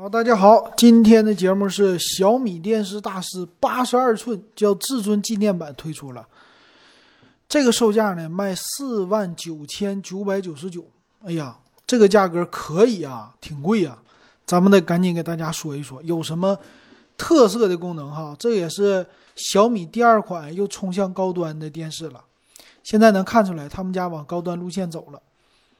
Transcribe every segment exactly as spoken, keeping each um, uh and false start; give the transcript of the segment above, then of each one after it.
好，大家好，今天的节目是小米电视大师八十二寸叫至尊纪念版推出了，这个售价呢卖四万九千九百九十九。哎呀，这个价格可以啊，挺贵啊。咱们得赶紧给大家说一说有什么特色的功能哈。这也是小米第二款又冲向高端的电视了。现在能看出来他们家往高端路线走了。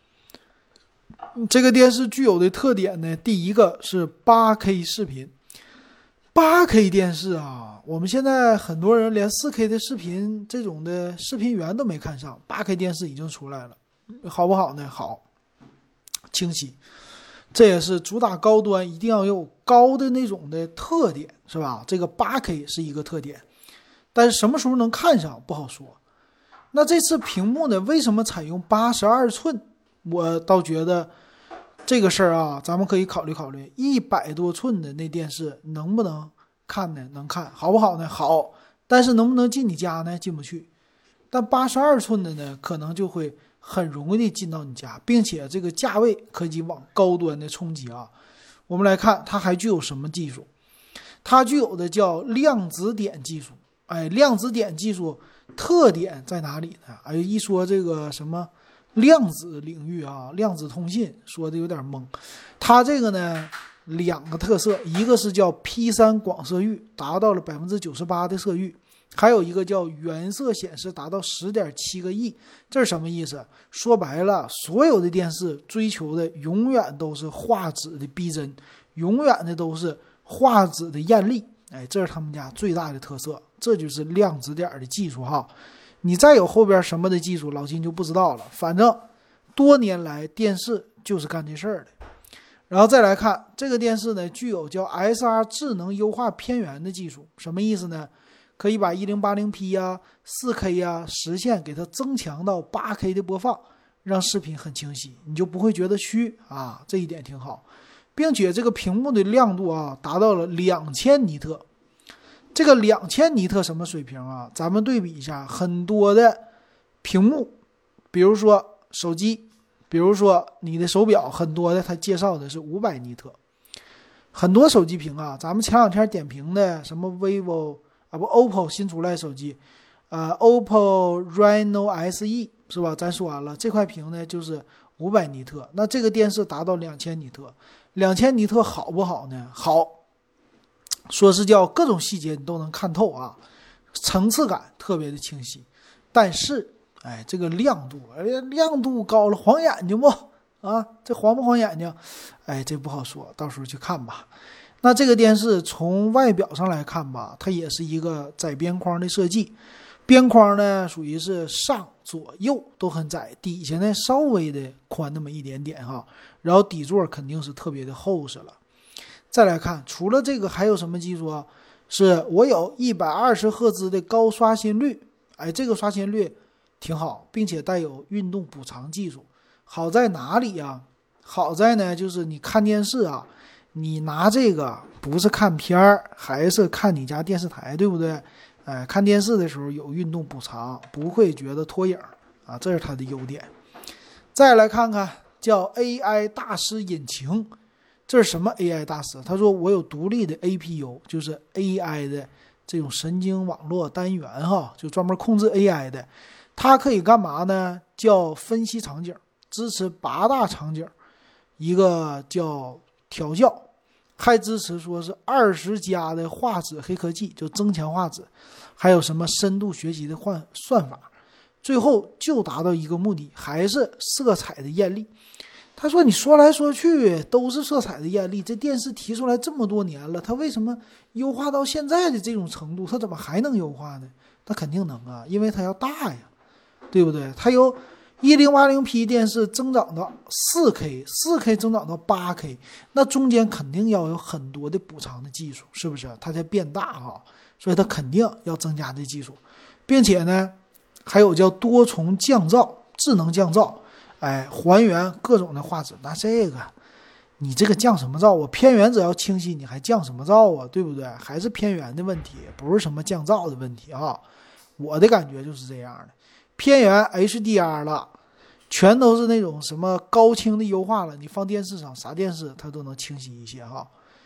这个电视具有的特点呢，第一个是 八 K 视频。八 K 电视啊，我们现在很多人连 四 K 的视频这种的视频源都没看上， 八 K 电视已经出来了，好不好呢？好，清晰。这也是主打高端，一定要有高的那种的特点，是吧？这个 八 K 是一个特点，但是什么时候能看上不好说。那这次屏幕呢，为什么采用八十二寸？我倒觉得这个事儿啊，咱们可以考虑考虑，一百多寸的那电视能不能看呢？能看，好不好呢？好，但是能不能进你家呢？进不去。但八十二寸的呢，可能就会很容易的进到你家，并且这个价位可以往高端的冲击啊。我们来看它还具有什么技术？它具有的叫量子点技术。哎，量子点技术特点在哪里呢？哎，一说这个什么量子领域啊，量子通信说的有点懵。它这个呢，两个特色，一个是叫 P 三 广色域，达到了 百分之九十八 的色域，还有一个叫原色显示达到 十点七个亿。这是什么意思？说白了，所有的电视追求的永远都是画质的逼真，永远的都是画质的艳丽。哎，这是他们家最大的特色，这就是量子点的技术哈。你再有后边什么的技术，老金就不知道了。反正多年来电视就是干这事儿的。然后再来看这个电视呢，具有叫 S R 智能优化偏源的技术。什么意思呢？可以把 一零八零 P 啊 四 K 啊实现给它增强到 八 K 的播放，让视频很清晰，你就不会觉得虚啊，这一点挺好。并且这个屏幕的亮度啊达到了两千尼特。这个两千尼特什么水平啊？咱们对比一下，很多的屏幕，比如说手机，比如说你的手表，很多的它介绍的是五百尼特。很多手机屏啊，咱们前两天点评的什么 vivo 啊不 O P P O 新出来手机，呃 O P P O Reno S E 是吧？咱说完了，这块屏呢就是五百尼特，那这个电视达到两千尼特，两千尼特好不好呢？好。说是叫各种细节你都能看透啊，层次感特别的清晰。但是哎，这个亮度，哎，亮度高了晃眼睛不啊？这晃不晃眼睛？哎，这不好说，到时候去看吧。那这个电视从外表上来看吧，它也是一个窄边框的设计，边框呢属于是上左右都很窄，底下呢稍微的宽那么一点点哈，然后底座肯定是特别的厚实了。再来看，除了这个还有什么技术啊？是我有一百二十赫兹的高刷新率，哎，这个刷新率挺好，并且带有运动补偿技术。好在哪里啊？好在呢，就是你看电视啊，你拿这个不是看片儿，还是看你家电视台，对不对？哎，看电视的时候有运动补偿，不会觉得脱影啊，这是它的优点。再来看看叫 A I 大师引擎。这是什么 A I 大师？他说我有独立的 A P U， 就是 A I 的这种神经网络单元哈，就专门控制 A I 的。它可以干嘛呢？叫分析场景，支持八大场景，一个叫调教，还支持说是二十加的画质黑科技，就增强画质，还有什么深度学习的换算法，最后就达到一个目的，还是色彩的艳丽。他说你说来说去都是色彩的艳丽，这电视提出来这么多年了，它为什么优化到现在的这种程度，它怎么还能优化呢？它肯定能啊，因为它要大呀，对不对？它由 一零八零 P 电视增长到 四 K， 四 K 增长到 八 K， 那中间肯定要有很多的补偿的技术，是不是？它才变大哈，所以它肯定要增加这技术，并且呢还有叫多重降噪，智能降噪，哎，还原各种的画质。那这个你这个降什么噪？我偏源只要清晰，你还降什么噪啊？对不对？还是偏源的问题，不是什么降噪的问题啊。我的感觉就是这样的，偏源 H D R 了，全都是那种什么高清的优化了，你放电视上啥电视它都能清晰一些哈。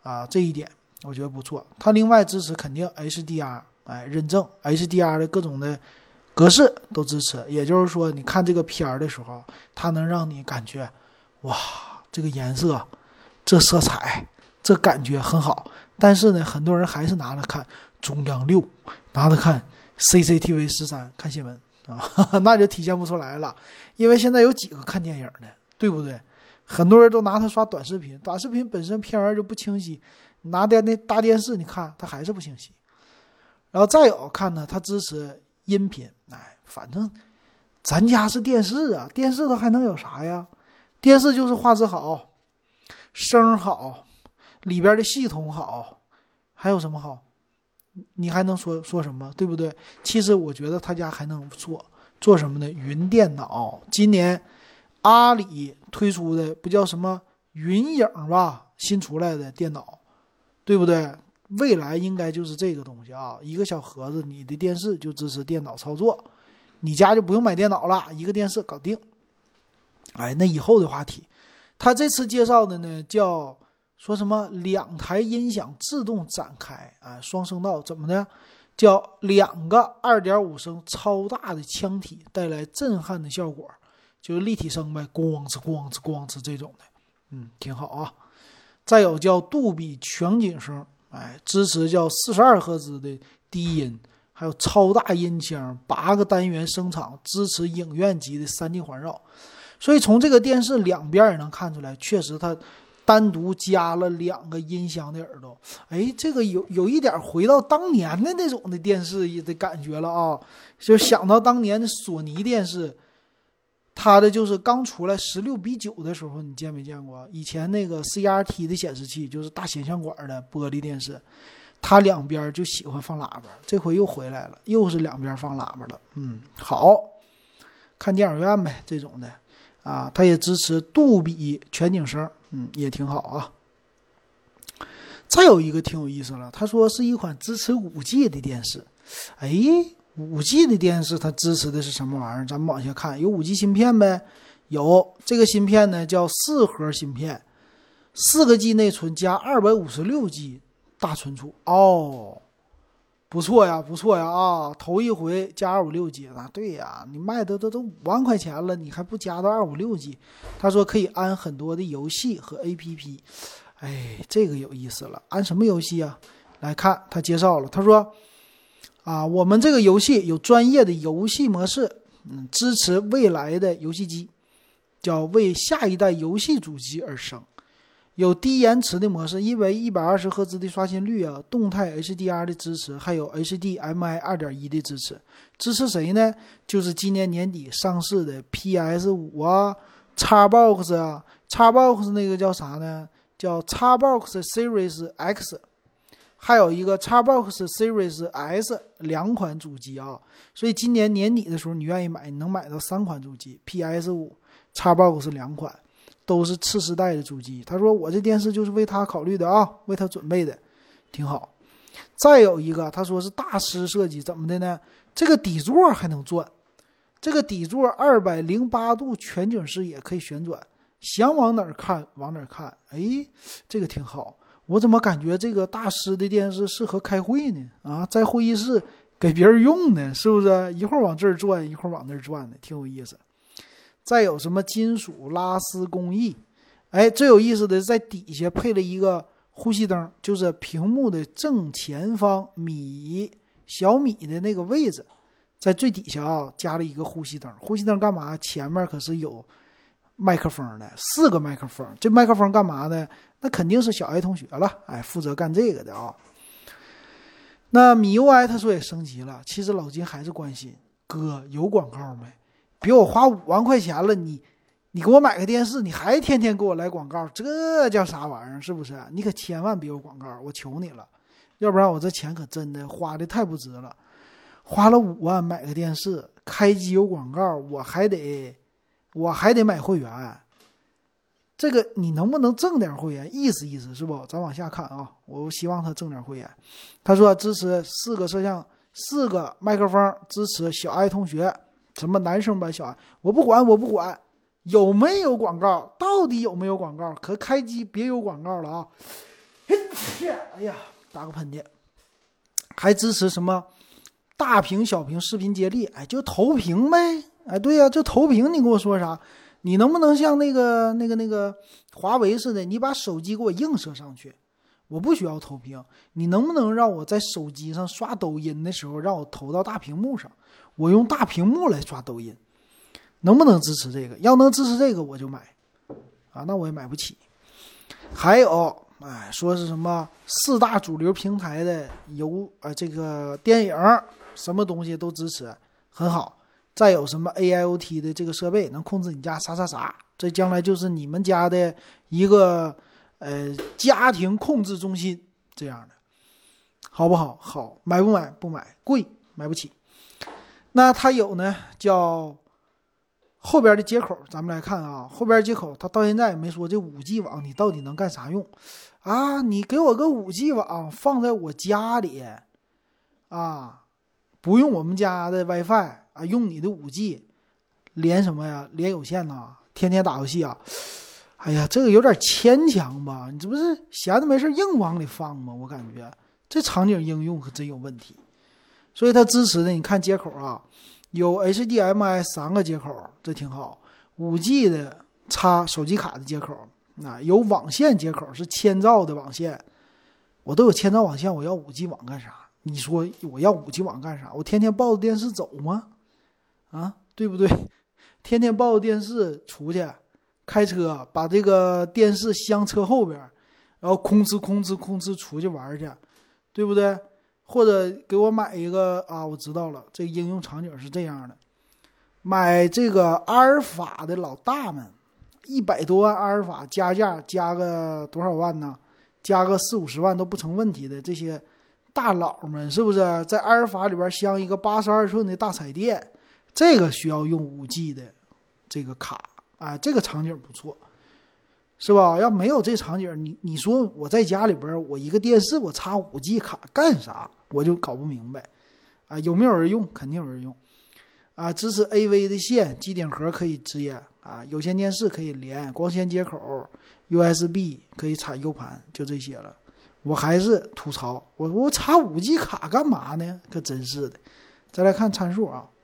啊，这一点我觉得不错。它另外支持肯定 H D R， 哎，认证 H D R 的各种的格式都支持，也就是说你看这个片儿的时候，它能让你感觉哇，这个颜色，这色彩，这感觉很好。但是呢，很多人还是拿着看中央六，拿着看 C C T V 十三看新闻啊，那就体现不出来了。因为现在有几个看电影的，对不对？很多人都拿它刷短视频，短视频本身片儿就不清晰，拿电那大电视你看它还是不清晰。然后再有看呢，它支持音频，哎，反正咱家是电视啊，电视它还能有啥呀？电视就是画质好，声好，里边的系统好，还有什么好？你还能说说什么？对不对？其实我觉得他家还能做做什么呢？云电脑，今年阿里推出的不叫什么云影吧，新出来的电脑，对不对？未来应该就是这个东西啊，一个小盒子，你的电视就支持电脑操作，你家就不用买电脑了，一个电视搞定。哎，那以后的话题，他这次介绍的呢叫说什么两台音响自动展开啊，双声道怎么的？叫两个 二点五 声超大的腔体带来震撼的效果，就是立体声呗，咣哧咣哧咣哧这种的，嗯，挺好啊。再有叫杜比全景声，哎，支持叫四十二赫兹的低音，还有超大音箱，八个单元声场，支持影院级的 三 D 环绕。所以从这个电视两边也能看出来，确实它单独加了两个音箱的耳朵。哎，这个有有一点回到当年的那种的电视的感觉了啊！就想到当年的索尼电视，它的就是刚出来十六比九的时候，你见没见过？以前那个 C R T 的显示器就是大显像管的玻璃电视，它两边就喜欢放喇叭，这回又回来了，又是两边放喇叭了。嗯，好看电影院呗，这种的。啊，它也支持杜比全景声，嗯，也挺好啊。再有一个挺有意思了，他说是一款支持 五 G 的电视。哎 ，五 G 的电视它支持的是什么玩意儿？咱们往下看，有 五 G 芯片呗？有，这个芯片呢叫四核芯片，四个 G 内存加二百五十六 G 大存储。哦。不错呀，不错呀啊！头一回加二五六 G 啊，对呀，你卖的都都五万块钱了，你还不加到二五六 G？他说可以安很多的游戏和 A P P， 哎，这个有意思了，安什么游戏啊？来看他介绍了，他说啊，我们这个游戏有专业的游戏模式，嗯，支持未来的游戏机，叫为下一代游戏主机而生。有低延迟的模式，因为一百二十赫兹的刷新率啊，动态 H D R 的支持，还有 H D M I 二点一 的支持。支持谁呢？就是今年年底上市的 P S 五 啊 ，Xbox 啊 ，Xbox 那个叫啥呢？叫 Xbox Series X， 还有一个 Xbox Series S 两款主机啊。所以今年年底的时候，你愿意买，你能买到三款主机 ，P S 五、Xbox 两款。都是次世代的主机，他说我这电视就是为他考虑的啊，为他准备的，挺好。再有一个，他说是大师设计，怎么的呢？这个底座还能转，这个底座二百零八度全景视野可以旋转，想往哪儿看往哪儿看。哎，这个挺好。我怎么感觉这个大师的电视适合开会呢？啊，在会议室给别人用呢，是不是？一会儿往这儿转，一会儿往那儿转的，挺有意思。再有什么金属拉丝工艺，哎，最有意思的是在底下配了一个呼吸灯，就是屏幕的正前方米小米的那个位置，在最底下啊加了一个呼吸灯。呼吸灯干嘛？前面可是有麦克风的，四个麦克风。这麦克风干嘛呢？那肯定是小爱同学了，哎，负责干这个的啊。那米 U I 他说也升级了，其实老金还是关心，哥有广告没？别我花五万块钱了，你你给我买个电视，你还天天给我来广告，这叫啥玩意儿？是不是？你可千万别有广告，我求你了，要不然我这钱可真的花的太不值了。花了五万买个电视，开机有广告，我还得我还得买会员，这个你能不能挣点会员？意思意思是不？咱往下看啊，我希望他挣点会员。他说支持四个摄像，四个麦克风，支持小爱同学。什么男生版小爱，我不管，我不管有没有广告，到底有没有广告？可开机别有广告了啊！ 哎呀，打个喷嚏。还支持什么大屏、小屏视频接力？哎，就投屏呗。哎，对呀、啊，就投屏。你跟我说啥？你能不能像那个、那个、那个华为似的，你把手机给我映射上去？我不需要投屏。你能不能让我在手机上刷抖音的时候，让我投到大屏幕上？我用大屏幕来刷抖音，能不能支持这个？要能支持这个，我就买。啊，那我也买不起。还有。哎，说是什么四大主流平台的游呃这个电影什么东西都支持，很好。再有什么 A I O T 的这个设备能控制你家啥啥啥，这将来就是你们家的一个呃家庭控制中心这样的，好不好？好，买不买？不买，贵，买不起。那它有呢，叫。后边的接口咱们来看啊，后边接口它到现在也没说这 五 G 网你到底能干啥用啊？你给我个 五 G 网放在我家里啊，不用我们家的 WiFi 啊，用你的 五 G 连什么呀？连有线呐，天天打游戏啊。哎呀，这个有点牵强吧？你这不是闲的没事硬往里放吗？我感觉这场景应用可真有问题。所以它支持的你看接口啊，有 H D M I 三个接口，这挺好。五 G 的插手机卡的接口，啊，有网线接口，是千兆的网线。我都有千兆网线，我要 五 G 网干啥？你说我要 五 G 网干啥？我天天抱着电视走吗？啊，对不对？天天抱着电视出去开车，把这个电视镶车后边，然后空哧空哧空哧出去玩去，对不对？或者给我买一个啊，我知道了，这个应用场景是这样的，买这个阿尔法的老大们，一百多万阿尔法加价加个多少万呢？加个四五十万都不成问题的，这些大佬们是不是在阿尔法里边镶一个八十二寸的大彩电？这个需要用 五 G 的这个卡啊，这个场景不错，是吧？要没有这场景，你你说我在家里边，我一个电视我插 五 G 卡干啥？我就搞不明白啊！有没有人用？肯定有人用啊！支持 A V 的线，机顶盒可以接啊，有线电视可以连，光纤接口 U S B 可以插 U 盘，就这些了。我还是吐槽，我我插 五 G 卡干嘛呢？可真是的。再来看参数啊，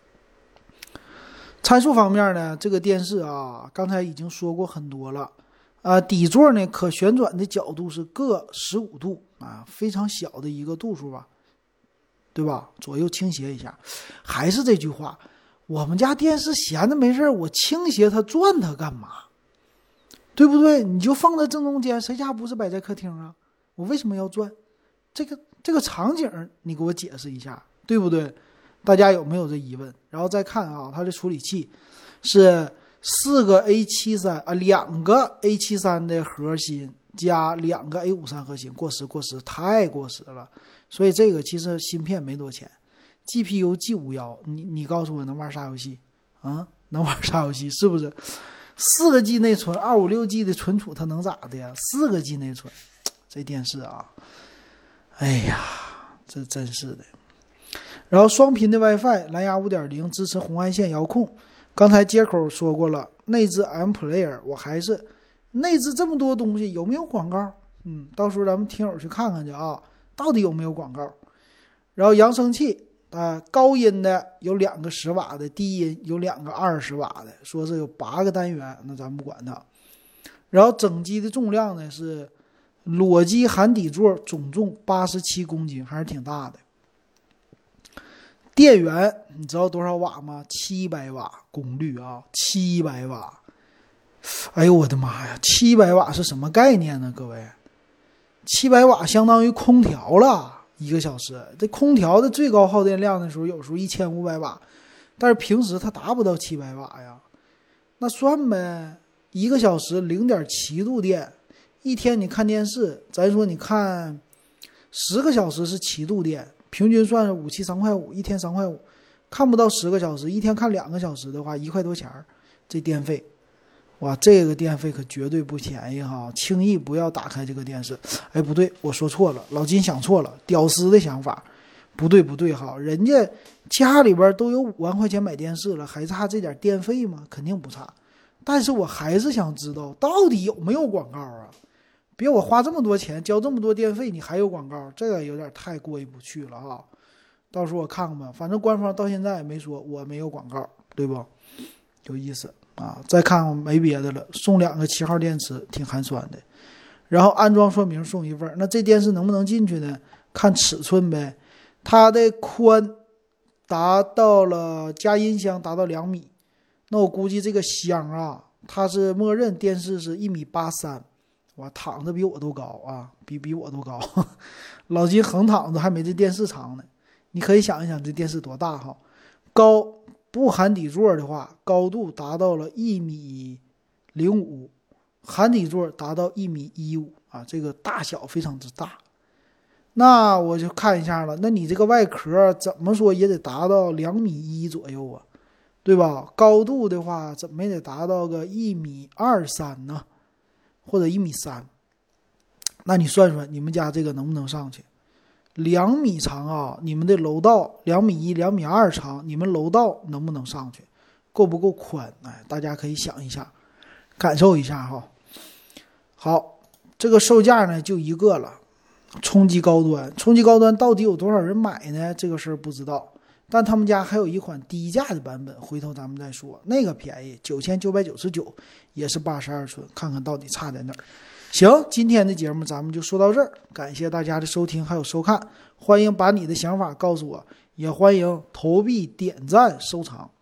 参数方面呢，这个电视啊，刚才已经说过很多了。啊，底座呢可旋转的角度是各十五度啊，非常小的一个度数吧，对吧？左右倾斜一下，还是这句话，我们家电视闲的没事，我倾斜它转它干嘛？对不对？你就放在正中间，谁家不是摆在客厅啊？我为什么要转？这个这个场景你给我解释一下，对不对？大家有没有这疑问？然后再看啊，它的处理器是四个 A 七十三 啊，两个 A 七十三 的核心加两个 A 五十三 核心，过时过时太过时了。所以这个其实芯片没多钱 ，G P U G 五十一，你你告诉我能玩啥游戏啊？能玩啥游戏？是不是？四个 G 内存，二五六 G 的存储，它能咋的呀？四个 G 内存，这电视啊，哎呀，这真是的。然后双频的 WiFi， 蓝牙 五点零 支持红外线遥控。刚才接口说过了，内置 M Player， 我还是内置这么多东西，有没有广告？嗯，到时候咱们听友去看看去啊，到底有没有广告？然后扬声器啊、呃，高音的有两个十瓦的，低音有两个二十瓦的，说是有八个单元，那咱不管它。然后整机的重量呢是裸机含底座，总重八十七公斤，还是挺大的。电源你知道多少瓦吗？七百瓦功率啊，七百瓦！哎呦我的妈呀，七百瓦是什么概念呢？各位，七百瓦相当于空调了，一个小时。这空调的最高耗电量的时候，有时候一千五百瓦，但是平时它达不到七百瓦呀。那算呗，一个小时零点七度电，一天你看电视，咱说你看十个小时是七度电。平均算是五七三块五，一天三块五，看不到十个小时，一天看两个小时的话，一块多钱儿，这电费，哇，这个电费可绝对不便宜哈！轻易不要打开这个电视。哎，不对，我说错了，老金想错了，屌丝的想法，不对不对哈，人家家里边都有五万块钱买电视了，还差这点电费吗？肯定不差。但是我还是想知道，到底有没有广告啊？ 别我花这么多钱交这么多电费，你还有广告，这个有点太过意不去了啊！到时候我看看吧，反正官方到现在也没说我没有广告，对不？有意思啊！再看看没别的了，送两个七号电池，挺寒酸的。然后安装说明送一份，那这电视能不能进去呢？看尺寸呗。它的宽达到了加音箱达到两米，那我估计这个箱啊，它是默认电视是一米八三，哇，躺着比我都高啊，比比我都高，老金横躺着还没这电视长呢。你可以想一想这电视多大哈，高不含底座的话，高度达到了一米零五。含底座达到一米一五啊，这个大小非常之大。那我就看一下了，那你这个外壳怎么说也得达到两米一左右啊，对吧？高度的话，怎么也得达到个一米二三呢，或者一米三。那你算算，你们家这个能不能上去？两米长啊，你们的楼道两米一、两米二长，你们楼道能不能上去？够不够宽？哎，大家可以想一下，感受一下哈。好，这个售价呢就一个了，冲击高端。冲击高端到底有多少人买呢？这个事儿不知道。但他们家还有一款低价的版本，回头咱们再说。那个便宜，九千九百九十九，也是八十二寸，看看到底差在哪儿。行，今天的节目咱们就说到这儿，感谢大家的收听还有收看，欢迎把你的想法告诉我，也欢迎投币、点赞、收藏。